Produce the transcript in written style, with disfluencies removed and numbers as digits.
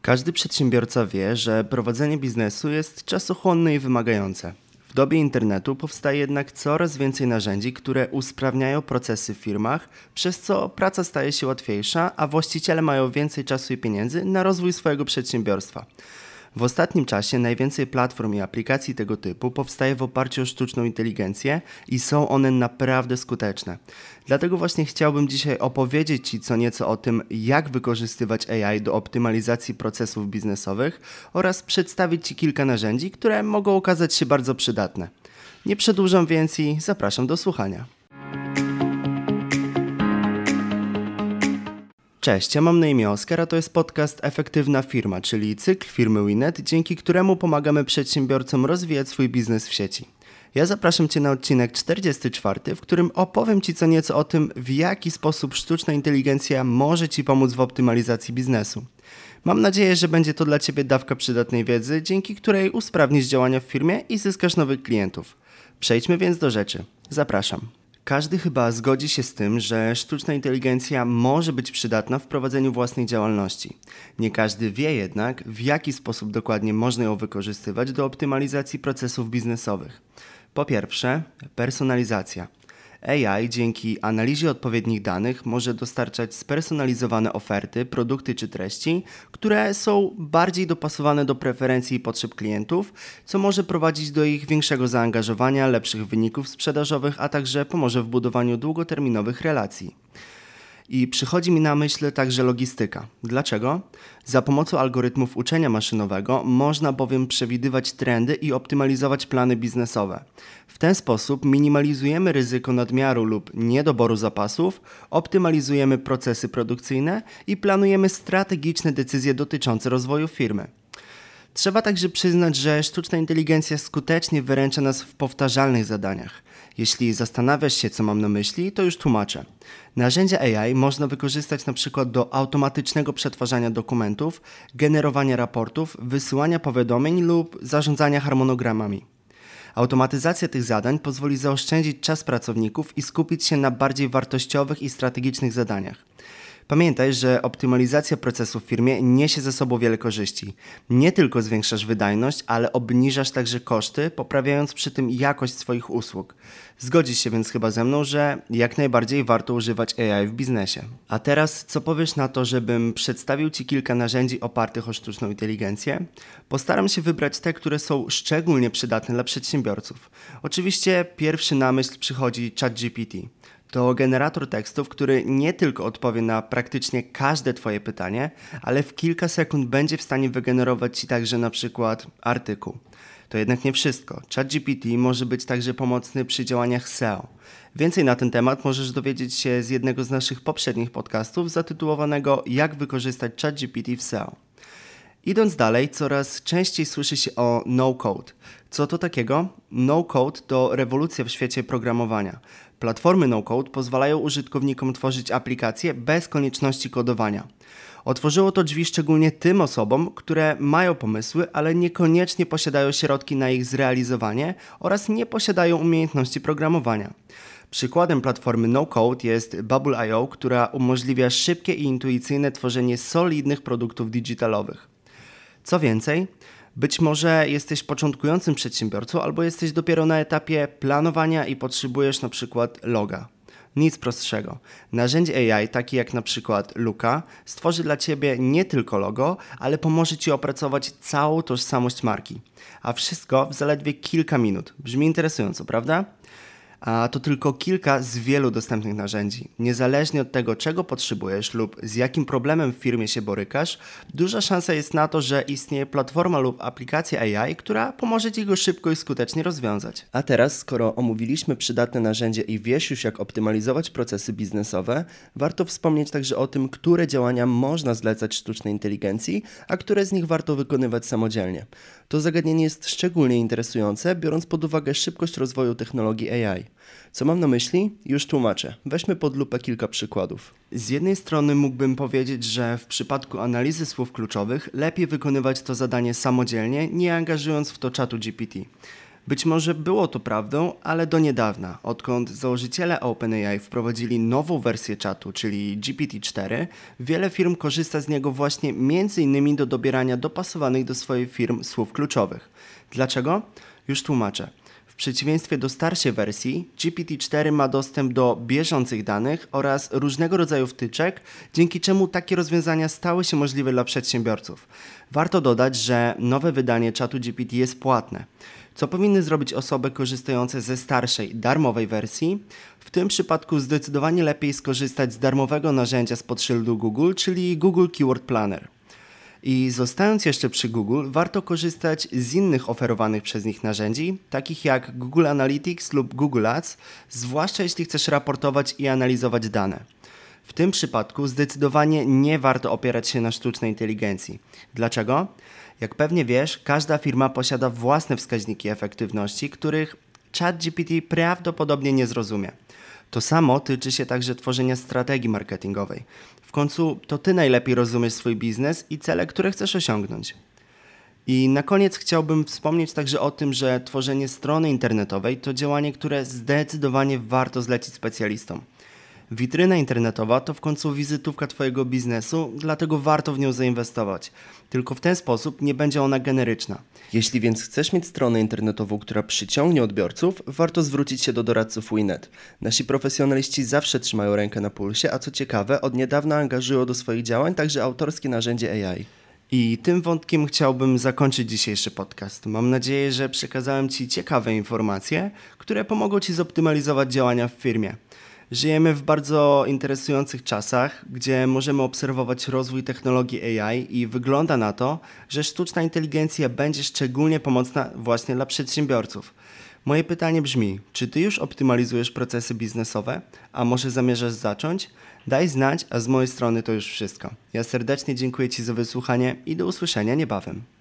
Każdy przedsiębiorca wie, że prowadzenie biznesu jest czasochłonne i wymagające. W dobie internetu powstaje jednak coraz więcej narzędzi, które usprawniają procesy w firmach, przez co praca staje się łatwiejsza, a właściciele mają więcej czasu i pieniędzy na rozwój swojego przedsiębiorstwa. W ostatnim czasie najwięcej platform i aplikacji tego typu powstaje w oparciu o sztuczną inteligencję i są one naprawdę skuteczne. Dlatego właśnie chciałbym dzisiaj opowiedzieć Ci co nieco o tym, jak wykorzystywać AI do optymalizacji procesów biznesowych oraz przedstawić Ci kilka narzędzi, które mogą okazać się bardzo przydatne. Nie przedłużam więc i zapraszam do słuchania. Cześć, ja mam na imię Oskar, a to jest podcast Efektywna Firma, czyli cykl firmy Winnet, dzięki któremu pomagamy przedsiębiorcom rozwijać swój biznes w sieci. Ja zapraszam Cię na odcinek 44, w którym opowiem Ci co nieco o tym, w jaki sposób sztuczna inteligencja może Ci pomóc w optymalizacji biznesu. Mam nadzieję, że będzie to dla Ciebie dawka przydatnej wiedzy, dzięki której usprawnisz działania w firmie i zyskasz nowych klientów. Przejdźmy więc do rzeczy. Zapraszam. Każdy chyba zgodzi się z tym, że sztuczna inteligencja może być przydatna w prowadzeniu własnej działalności. Nie każdy wie jednak, w jaki sposób dokładnie można ją wykorzystywać do optymalizacji procesów biznesowych. Po pierwsze, personalizacja. AI dzięki analizie odpowiednich danych może dostarczać spersonalizowane oferty, produkty czy treści, które są bardziej dopasowane do preferencji i potrzeb klientów, co może prowadzić do ich większego zaangażowania, lepszych wyników sprzedażowych, a także pomoże w budowaniu długoterminowych relacji. I przychodzi mi na myśl także logistyka. Dlaczego? Za pomocą algorytmów uczenia maszynowego można bowiem przewidywać trendy i optymalizować plany biznesowe. W ten sposób minimalizujemy ryzyko nadmiaru lub niedoboru zapasów, optymalizujemy procesy produkcyjne i planujemy strategiczne decyzje dotyczące rozwoju firmy. Trzeba także przyznać, że sztuczna inteligencja skutecznie wyręcza nas w powtarzalnych zadaniach. Jeśli zastanawiasz się, co mam na myśli, to już tłumaczę. Narzędzia AI można wykorzystać np. do automatycznego przetwarzania dokumentów, generowania raportów, wysyłania powiadomień lub zarządzania harmonogramami. Automatyzacja tych zadań pozwoli zaoszczędzić czas pracowników i skupić się na bardziej wartościowych i strategicznych zadaniach. Pamiętaj, że optymalizacja procesu w firmie niesie ze sobą wiele korzyści. Nie tylko zwiększasz wydajność, ale obniżasz także koszty, poprawiając przy tym jakość swoich usług. Zgodzisz się więc chyba ze mną, że jak najbardziej warto używać AI w biznesie. A teraz co powiesz na to, żebym przedstawił Ci kilka narzędzi opartych o sztuczną inteligencję? Postaram się wybrać te, które są szczególnie przydatne dla przedsiębiorców. Oczywiście pierwszy na myśl przychodzi ChatGPT. To generator tekstów, który nie tylko odpowie na praktycznie każde Twoje pytanie, ale w kilka sekund będzie w stanie wygenerować Ci także na przykład artykuł. To jednak nie wszystko. ChatGPT może być także pomocny przy działaniach SEO. Więcej na ten temat możesz dowiedzieć się z jednego z naszych poprzednich podcastów zatytułowanego Jak wykorzystać ChatGPT w SEO. Idąc dalej, coraz częściej słyszy się o no-code. Co to takiego? No-code to rewolucja w świecie programowania. Platformy no-code pozwalają użytkownikom tworzyć aplikacje bez konieczności kodowania. Otworzyło to drzwi szczególnie tym osobom, które mają pomysły, ale niekoniecznie posiadają środki na ich zrealizowanie oraz nie posiadają umiejętności programowania. Przykładem platformy no-code jest Bubble.io, która umożliwia szybkie i intuicyjne tworzenie solidnych produktów digitalowych. Co więcej, być może jesteś początkującym przedsiębiorcą albo jesteś dopiero na etapie planowania i potrzebujesz na przykład loga. Nic prostszego. Narzędzie AI, takie jak na przykład Luka, stworzy dla Ciebie nie tylko logo, ale pomoże Ci opracować całą tożsamość marki. A wszystko w zaledwie kilka minut. Brzmi interesująco, prawda? A to tylko kilka z wielu dostępnych narzędzi. Niezależnie od tego, czego potrzebujesz lub z jakim problemem w firmie się borykasz, duża szansa jest na to, że istnieje platforma lub aplikacja AI, która pomoże Ci go szybko i skutecznie rozwiązać. A teraz, skoro omówiliśmy przydatne narzędzie i wiesz już, jak optymalizować procesy biznesowe, warto wspomnieć także o tym, które działania można zlecać sztucznej inteligencji, a które z nich warto wykonywać samodzielnie. To zagadnienie jest szczególnie interesujące, biorąc pod uwagę szybkość rozwoju technologii AI. Co mam na myśli? Już tłumaczę. Weźmy pod lupę kilka przykładów. Z jednej strony mógłbym powiedzieć, że w przypadku analizy słów kluczowych lepiej wykonywać to zadanie samodzielnie, nie angażując w to czatu GPT. Być może było to prawdą, ale do niedawna, odkąd założyciele OpenAI wprowadzili nową wersję czatu, czyli GPT-4, wiele firm korzysta z niego właśnie m.in. do dobierania dopasowanych do swojej firm słów kluczowych. Dlaczego? Już tłumaczę. W przeciwieństwie do starszej wersji, GPT-4 ma dostęp do bieżących danych oraz różnego rodzaju wtyczek, dzięki czemu takie rozwiązania stały się możliwe dla przedsiębiorców. Warto dodać, że nowe wydanie czatu GPT jest płatne. Co powinny zrobić osoby korzystające ze starszej, darmowej wersji? W tym przypadku zdecydowanie lepiej skorzystać z darmowego narzędzia spod szyldu Google, czyli Google Keyword Planner. I zostając jeszcze przy Google, warto korzystać z innych oferowanych przez nich narzędzi, takich jak Google Analytics lub Google Ads, zwłaszcza jeśli chcesz raportować i analizować dane. W tym przypadku zdecydowanie nie warto opierać się na sztucznej inteligencji. Dlaczego? Jak pewnie wiesz, każda firma posiada własne wskaźniki efektywności, których ChatGPT prawdopodobnie nie zrozumie. To samo tyczy się także tworzenia strategii marketingowej. W końcu to ty najlepiej rozumiesz swój biznes i cele, które chcesz osiągnąć. I na koniec chciałbym wspomnieć także o tym, że tworzenie strony internetowej to działanie, które zdecydowanie warto zlecić specjalistom. Witryna internetowa to w końcu wizytówka twojego biznesu, dlatego warto w nią zainwestować. Tylko w ten sposób nie będzie ona generyczna. Jeśli więc chcesz mieć stronę internetową, która przyciągnie odbiorców, warto zwrócić się do doradców Winnet. Nasi profesjonaliści zawsze trzymają rękę na pulsie, a co ciekawe, od niedawna angażują do swoich działań także autorskie narzędzie AI. I tym wątkiem chciałbym zakończyć dzisiejszy podcast. Mam nadzieję, że przekazałem Ci ciekawe informacje, które pomogą Ci zoptymalizować działania w firmie. Żyjemy w bardzo interesujących czasach, gdzie możemy obserwować rozwój technologii AI i wygląda na to, że sztuczna inteligencja będzie szczególnie pomocna właśnie dla przedsiębiorców. Moje pytanie brzmi, czy Ty już optymalizujesz procesy biznesowe, a może zamierzasz zacząć? Daj znać, a z mojej strony to już wszystko. Ja serdecznie dziękuję Ci za wysłuchanie i do usłyszenia niebawem.